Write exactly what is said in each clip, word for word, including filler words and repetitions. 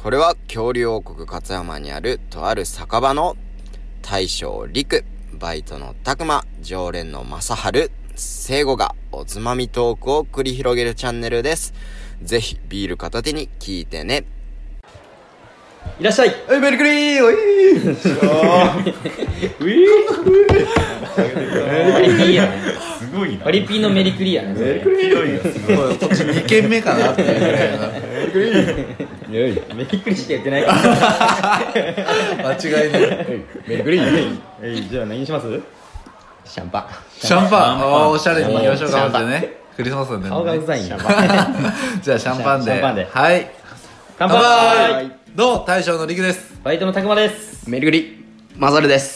これは恐竜王国勝山にあるとある酒場の大将陸、バイトの拓磨、常連の正春、聖吾がおつまみトークを繰り広げるチャンネルです。ぜひビール片手に聞いてね。 いらっしゃい。 はい、メリクリーおいーウィーすごいな。 パリピのメリクリやね。 メリクリーすごい。こっちにけんめかなっていうぐらいな。メリクリーメリクリしか言ってないから間違いない。メリクリーえい、じゃあ何にします？ シャンパン。 シャンパン。あーおしゃれにいきましょうか。ってね。クリスマスなんでね。 顔がうざいんや。 じゃあシャンパンで。 シャンパンではい。 乾杯。 どうも大将のりくです。 バイトのたくまです。 メリクリ、マサルです。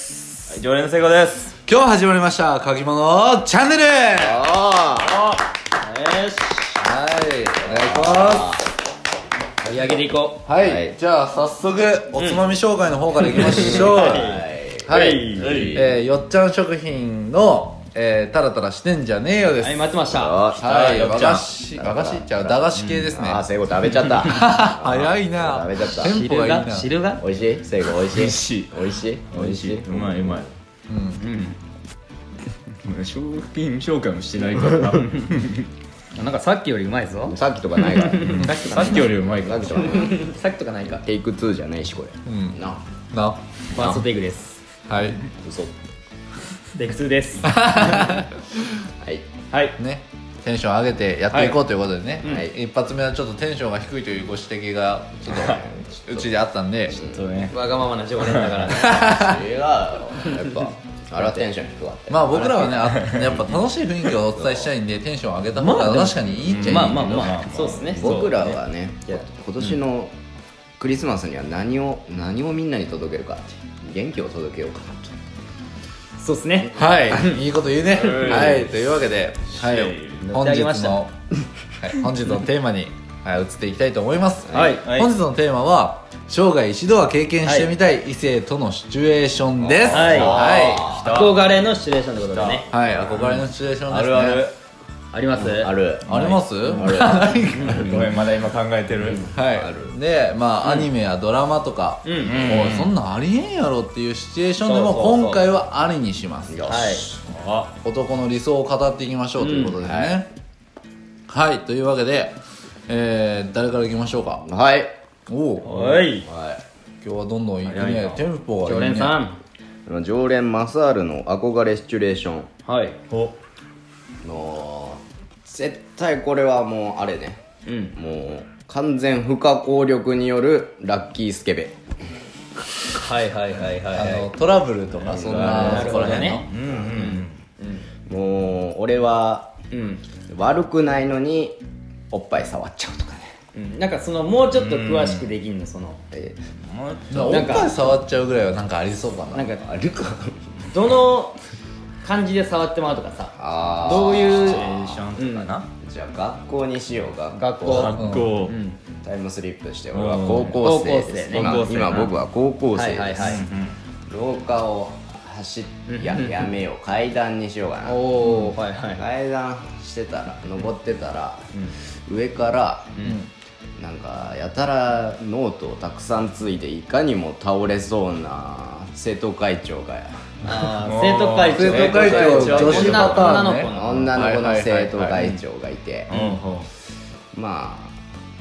はい、常連の聖子です。 今日始まりましたかきものチャンネル。 あよし。 はいお願いします盛り上げていこはい、 はい、 じゃあ早速おつまみ紹介の方からいきましょう。はい、はいえー、よっちゃん食品の、えー、タラタラしてんじゃねえよでう。 す。 はい、待ってました。 はい和よっちゃん菓子和菓子ちゃう駄菓子系ですね。 あー、聖子食べちゃった早いな。 食べちゃった。 テンポがいいな。 汁が汁が美味しい？聖子美味しい？ 美味しい美味しい？ 美味しい。うまいうまい。 うんうん。商品紹介もしてないからな。 なんかさっきよりうまいぞ。 さっきとかないからさっきよりうまいから。 さっきとかないさっきとかないか。 テイクツーじゃないしこれうんな。 なファーストテイクです。 はい嘘。 テイクツーです。 はいはい。 ねテンション上げてやっていこうということでね、 はい一発目はちょっとテンションが低いというご指摘がちょっとうちであったんで、 そうね。 わがままな常連だからね。 違うよやっぱあれはテンション低かったよ。 まあ僕らはねあやっぱ楽しい雰囲気をお伝えしたいんでテンション上げた方が確かにいいっちゃいいけど、 まあまあまあ、そうですね。 僕らはね今年のクリスマスには何を何をみんなに届けるかって元気を届けようかなと。 そうですね。 はいいいこと言うね。はいというわけで、はい、本日乗ってあげましたの、はい、本日のテーマに、はい、移っていきたいと思います。 はいはい本日のテーマは生涯一度は経験してみたい異性とのシチュエーションです。 はいは憧れのシチュエーションってことでね。 い、はい、憧れのシチュエーションですね。 あるある。 ありますあるあります？ あるごめん、まだ今考えてる。 はい、でまあ、アニメやドラマとか、 うんうんおいそんなんありえんやろっていうシチュエーションでもそうそうそう今回はありにします。 よはい。 しあ、 男の理想を語っていきましょうということですね、はい、というわけで、えー、誰からいきましょうか。 はいおおはい。 は今日はどんどんいく早いなね。テンポがいいね。 常連さん。 い常連マサールの憧れシチュエーションはい。 お、 の絶対これはもうあれねうん。 もう完全不可抗力によるラッキースケベ。 はいはいはいはいあはい。 のトラブルとかそんななるほどね。 うんうん。 もう俺はうん。 悪くないのにおっぱい触っちゃうとかね、 うん。なんかそのもうちょっと詳しくできんのそのえもうおっぱい触っちゃうぐらいはなんかありそうかな。 なんかー、あるかどの感じで触ってもらうとかさ。 あーどういうシチュエーションとかな。 じゃあ学校にしようか。 学校学校う。ん。 タイムスリップして俺は高校生高校生です、 ね今高校生今僕は高校生です、 はいはいはい。 廊下を走っややめよう階段にしようかな。 おおはいはいはい。 階段してたら登ってたら、上から、なんかやたらノートをたくさんついていかにも倒れそうな生徒会長があー生徒会長。 生徒会長女子パターンね。 女の子の女の子のはいはいはいはい生徒会長がいて、 うん。 まあ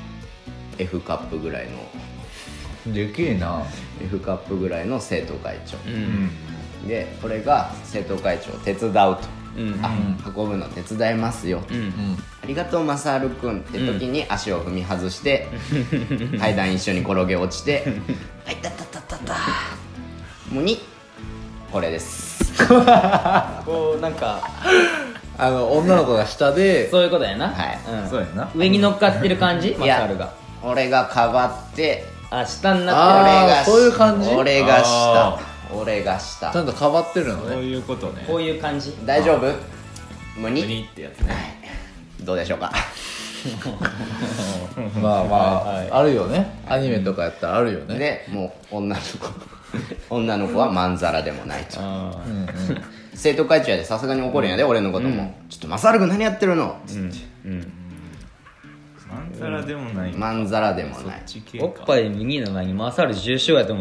F カップぐらいのでけえな。 F カップぐらいの生徒会長、 うんでこれが生徒会長を手伝うと、 うんあ運ぶの手伝いますよ、 うんありがとうマサールくんって時に足を踏み外して、階段一緒に転げ落ちて「あいたたたたた」もうにこれです。 こうなんかあの女の子が下でそういうことやな。 はいうんそうやな。 上に乗っかってる感じマいやサールが。 俺がかばってあ下にあなってる。 俺がそういう感じ俺が下あ俺が下ちゃんとかばってるのそうね。 いうことね。 こういう感じ。 大丈夫無に無にってやつね。 どうでしょうか。 まあまあ、 はいはいあるよね。アニメとかやったらあるよね。 でもう女の子女の子はまんざらでもないと。 あーうんうん生徒会長やでさすがに怒るんやで、俺のことも、ちょっとマサル君何やってるのっつって、 んざらでもないまんざらでもそっない。 ち系かおっぱい右の前に回さる重症やと思う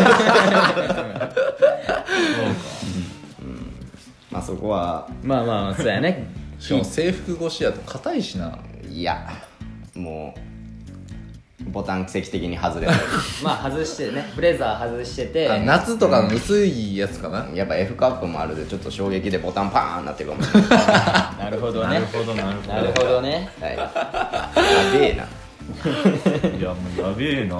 まあそこは、 まあまあまあそうやねしかも制服越しやと硬いしな。 いや、もう、ボタン奇跡的に外れた。 まあ外してねブレザー外しててあ夏とかの薄いやつかな。 やっぱ F カップもあるで、ちょっと衝撃でボタンパーンなってるかもしれない。 なるほどねなるほどなるほどなるほどねはい。やべえな。 いやもうやべえな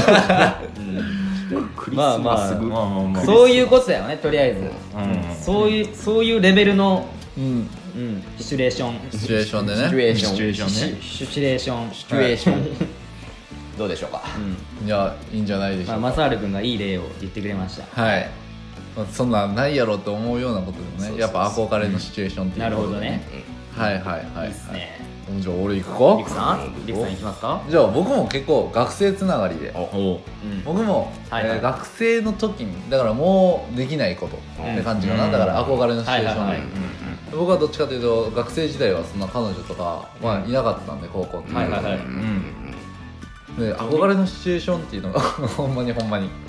まあまあまあまあまあそういうことだよねとりあえずうんそういうそういうレベルのうん。 うんシチュエーションシチュエーションでシチュね。 エーション。 シチュエーションねシチュエーションシチュエーション。どうでしょうか。 いや、いいんじゃないでしまあょうか。 マサール君がいい例を言ってくれましたはい。まあそんなんないやろと思うようなことでもね、やっぱ憧れのシチュエーションっていうなることでほどね。 はいはいはいはいいいっすねじゃあ俺行くか。 リクさんリクさんいきますかじゃあ僕も結構学生つながりで、 おうん僕も、 はいはいえー学生の時にだからもうできないことって感じかな、 うんだから憧れのシチュエーションで、 はいはいはい僕はどっちかというと学生時代はそんな彼女とかはいなかったんで、高校の時はいはいはいうんで憧れのシチュエーションっていうのがほんまにほんまに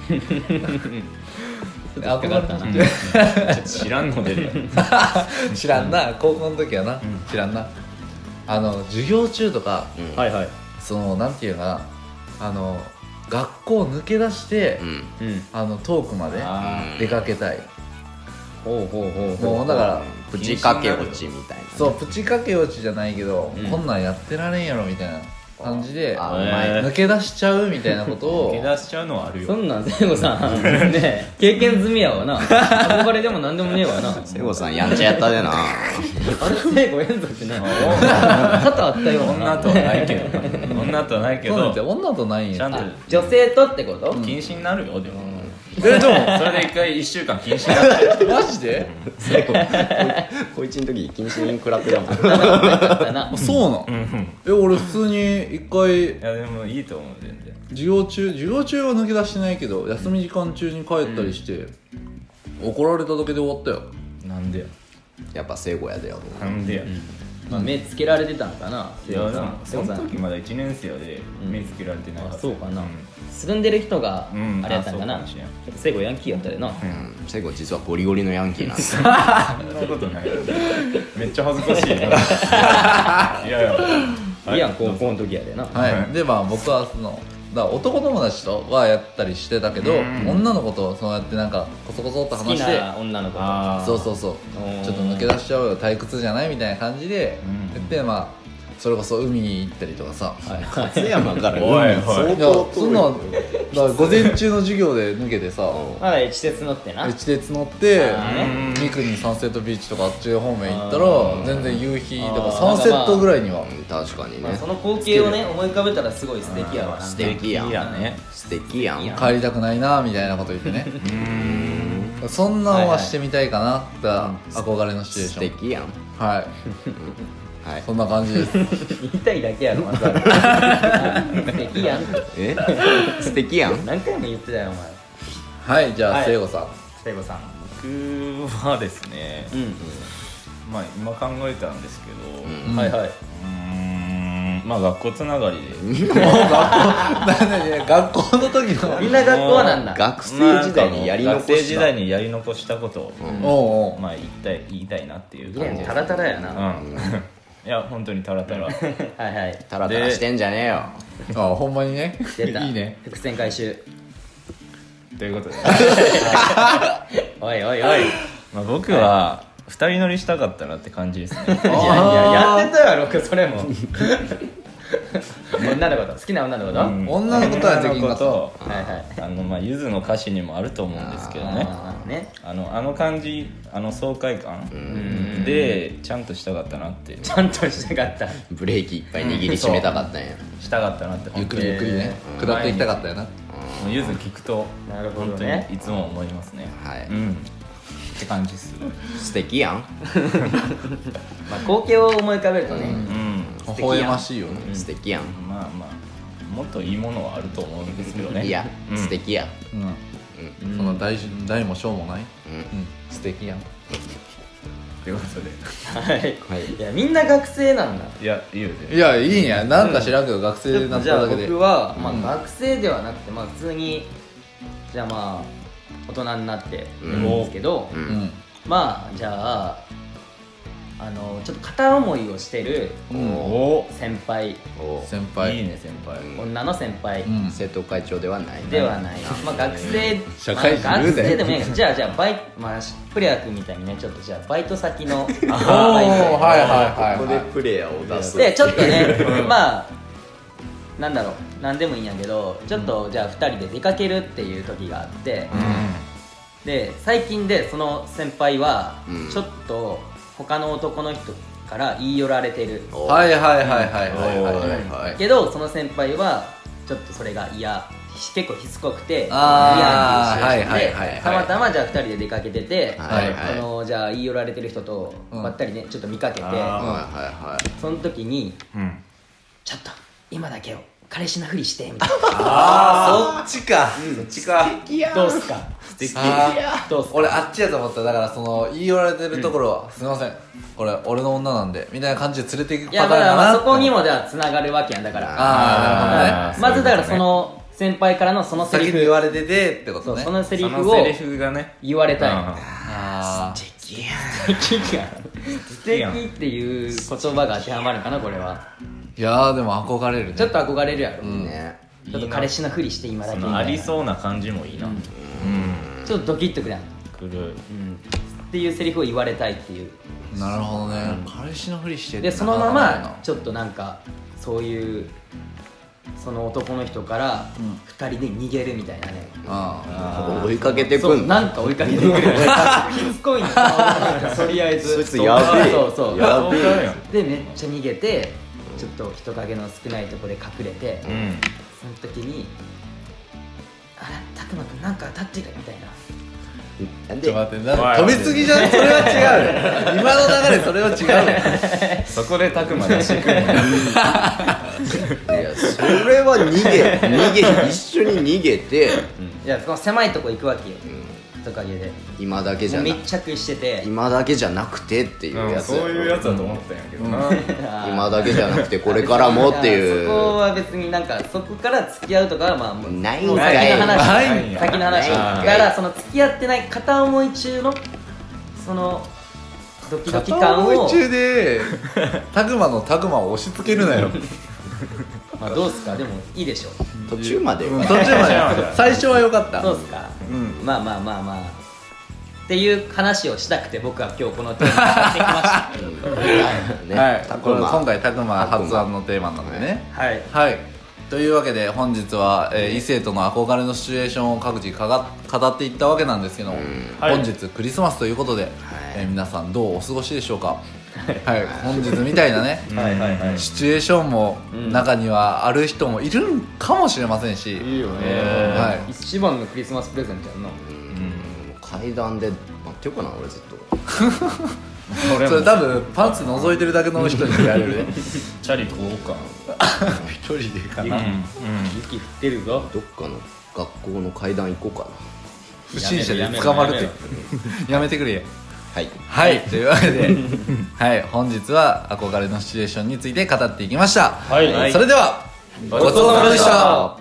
憧れのシチュエーションちょっと知らんの出るやん知らんな、高校の時はな、知らんな。あの授業中とか、 はいはいそのなんていうかな、あの学校抜け出して、 うん。 うんあの遠くまであ出かけたい。 ほうほうほうほうもうだからプチかけ落ちみたいな。 そうプチかけ落ちじゃないけど、 うんこんなんやってられんやろみたいな感じであ、 ーうまい。 抜け出しちゃうみたいなことを抜け出しちゃうのはあるよそんなん聖子さんね経験済みやわな憧れでもなんでもねえわなセゴさんやんちゃやったでな。 あれ聖子遠足ってね多々あったような女とはないけど女とはないけそうなんどて女とないんやちゃんと女性とってこと禁止になるよでもえでもそれで一回一週間禁止になってマジでこいちの時禁止に食らってたもん。 あったなあそうなんえ俺普通に一回いやでもいいと思う全然授業中授業中は抜け出してないけど休み時間中に帰ったりして、怒られただけで終わったよ。 なんでややっぱ聖子やでよ。 なんでやまあ目つけられてたんかないやでも聖子さんその時まだいちねん生でうん目つけられてなかったあそうかな住んでる人がうんあれやったんかなあそうかもしれん聖子ヤンキーやったでなうん。聖子実はゴリゴリのヤンキーなんですよ。 そんなことないめっちゃ恥ずかしいないやいやいいやん高校の時やでなはい、 はいでまあ僕はそのだから男友達とはやったりしてたけど、 うん女の子とそうやってなんかコソコソっと好き話してな女の子とあーそうそうそうおーちょっと抜け出しちゃおうよ退屈じゃないみたいな感じで、 うん言ってまあそれこそ海に行ったりとかさ、 松山からおいおい相いや当そんなだから午前中の授業で抜けてさまだ地鉄乗ってな地鉄乗ってあーね三国サンセットビーチとかあっち方面行ったあらー全然夕日とかあーサンセットぐらいにはうん確かにね。 まあその光景をね思い浮かべたらすごい素敵やわな素敵やん。 いいやね素敵やん。 帰りたくないなみたいなこと言ってねうんそんなんはしてみたいかなって憧れのシチュエー素ション敵やん。 はいはい。 そんな感じです言いたいだけやろまた素敵やんってえ素敵やん。 何回も言ってたよお前はいじゃはいあ聖子さん聖子さん僕はですねうんまあ今考えたんですけどうんはいはいうーんまあ学校つながりでなんで学校の時のみんな学校なんだ学生時代にやり残した。 学生時代にやり残したことを、 うんおうおうまあ言いたい言いたいなっていういや感じですタラタラやなはうんいや本当にタラタラいはいタラタラしてんじゃねえよ。 あほんまにね出たいいね伏線回収ということで、 おいおいおいまあ、僕は二人乗りしたかったなって感じですねいやいややってたやろそれも女の子と好きな女の子と、 うん女の子とはできんかった女の子とはいはいあのまあゆずの歌詞にもあると思うんですけどねあーねあのあの感じあの爽快感うんでちゃんとしたかったなってちゃんとしたかったブレーキいっぱい握りしめたかったんや。 したかったなってゆっくりゆっくりねうん下っていきたかったよなもうゆず聞くとなるほ本当どねにいつも思いますねはいうんって感じです素敵やん。 まあ光景を思い浮かべるとね、 うん微笑ましいよね素敵やん。 まあまあもっといいものはあると思うんですけどねいやうん素敵や。 うんそんな大大も小もないうん。 うん素敵やんってことではい、 はいいやみんな学生なんだ。 いやいいよいやいいんやなんか知らんけど学生になっじゃあただけで僕は、まあうん学生ではなくて、まあ普通にじゃあまあ大人になってるんですけど、 ううんんまあじゃああのちょっと片思いをしてるうんお先輩、 お先輩いいね先輩女の先輩うん生徒会長ではないではない、まあ学生社会人まあ学言うで生でもいいけどじゃあじゃあバイまあプレア君みたいにねちょっとじゃあバイト先のおーはいはいはいここでプレイヤーを出すでちょっとねまあなんだろう何でもいいんやけどちょっとじゃあふたりで出かけるっていう時があって、で最近でその先輩はうんちょっと他の男の人から言い寄られてる、 おはいはいはいはいはいはいはいはいけどその先輩はちょっとそれが嫌結構しつこくて嫌あーっていうはいはいはいはいでたまたまじゃあふたりで出かけてて、 はいはいそのじゃあ言い寄られてる人とうんばったりねちょっと見かけて、 あはいはいはいその時にうんちょっと今だけよ彼氏のふりしてみたいああそっちかそっちかなどうすか素敵あどうすか俺あっちやと思っただからその言い寄られてるところは、すいませんこれ俺の女なんでみたいな感じで連れていくいやパターンかなだからまあそこにもじゃあつながるわけやんだからああーまずだからその先輩からのそのセリフ先に言われててってことねそうそのセリそフをのセリフがね言われたいあー素敵や素敵っていう言葉が当てはまるかなこれはいやーでも憧れるねちょっと憧れるやろ、 んねちょっと彼氏のふりして今だけそのありみたいなそうな感じもいいなうんちょっとドキッとくるやん、 くるうん、っていうセリフを言われたいっていうなるほどね彼氏のふりしてでそのまなかなかないなまちょっとなんかそういうその男の人からうんふたりで逃げるみたいなね、 あ追いかけてそうくんだなんか追いかけてくるしつこいんですよとりあえずそいつやべえそうそうやべえやでめっちゃ逃げてちょっと人影の少ないところで隠れて、 うんその時に「あら拓磨君なんか当たってる」みたいななんでちょっと待ってなおい飛びすぎじゃんそれは違うよ今の流れそれは違うよそこでたくま出してくるのいやそれは逃げ逃げ一緒に逃げていやその狭いとこ行くわけよ人影で今だけじゃなもう密着してて今だけじゃなくてっていうやつうんそういうやつだと思ったんやけどなあー今だけじゃなくてこれからもっていうそこは別になんかそこから付き合うとかはまあもうないんもうかい先の話ないんや先の話ないんかいだからその付き合ってない片思い中のそのドキドキ片感を思い中でタグマのタグマを押し付けるなよまあどうすかでもいいでしょ途中までうんは途中まで最初は良かったどうすかうんまあまあまあまあっていう話をしたくて僕は今日このテーマに持ってきましたねはい、これたくま今回タグマ発案のテーマなんでねはいはいというわけで本日は、えー異性との憧れのシチュエーションを各自かが語っていったわけなんですけども、 はい本日クリスマスということで、えー皆さんどうお過ごしでしょうかはい本日みたいなねはいはいはいシチュエーションも中にはある人もいるんかもしれませんし、 いいよね、 はい一番のクリスマスプレゼントやんな階段で待ってようかな俺ずっと俺もそれ多分パンツ覗いてるだけの人に言われるねチャリ食おうか一人でかうんな、 雪降ってるぞどっかの学校の階段行こうかな不審者で捕まるってややめてくれやはいはいというわけではい本日は憧れのシチュエーションについて語っていきました、 はいそれではごちそうさまでした。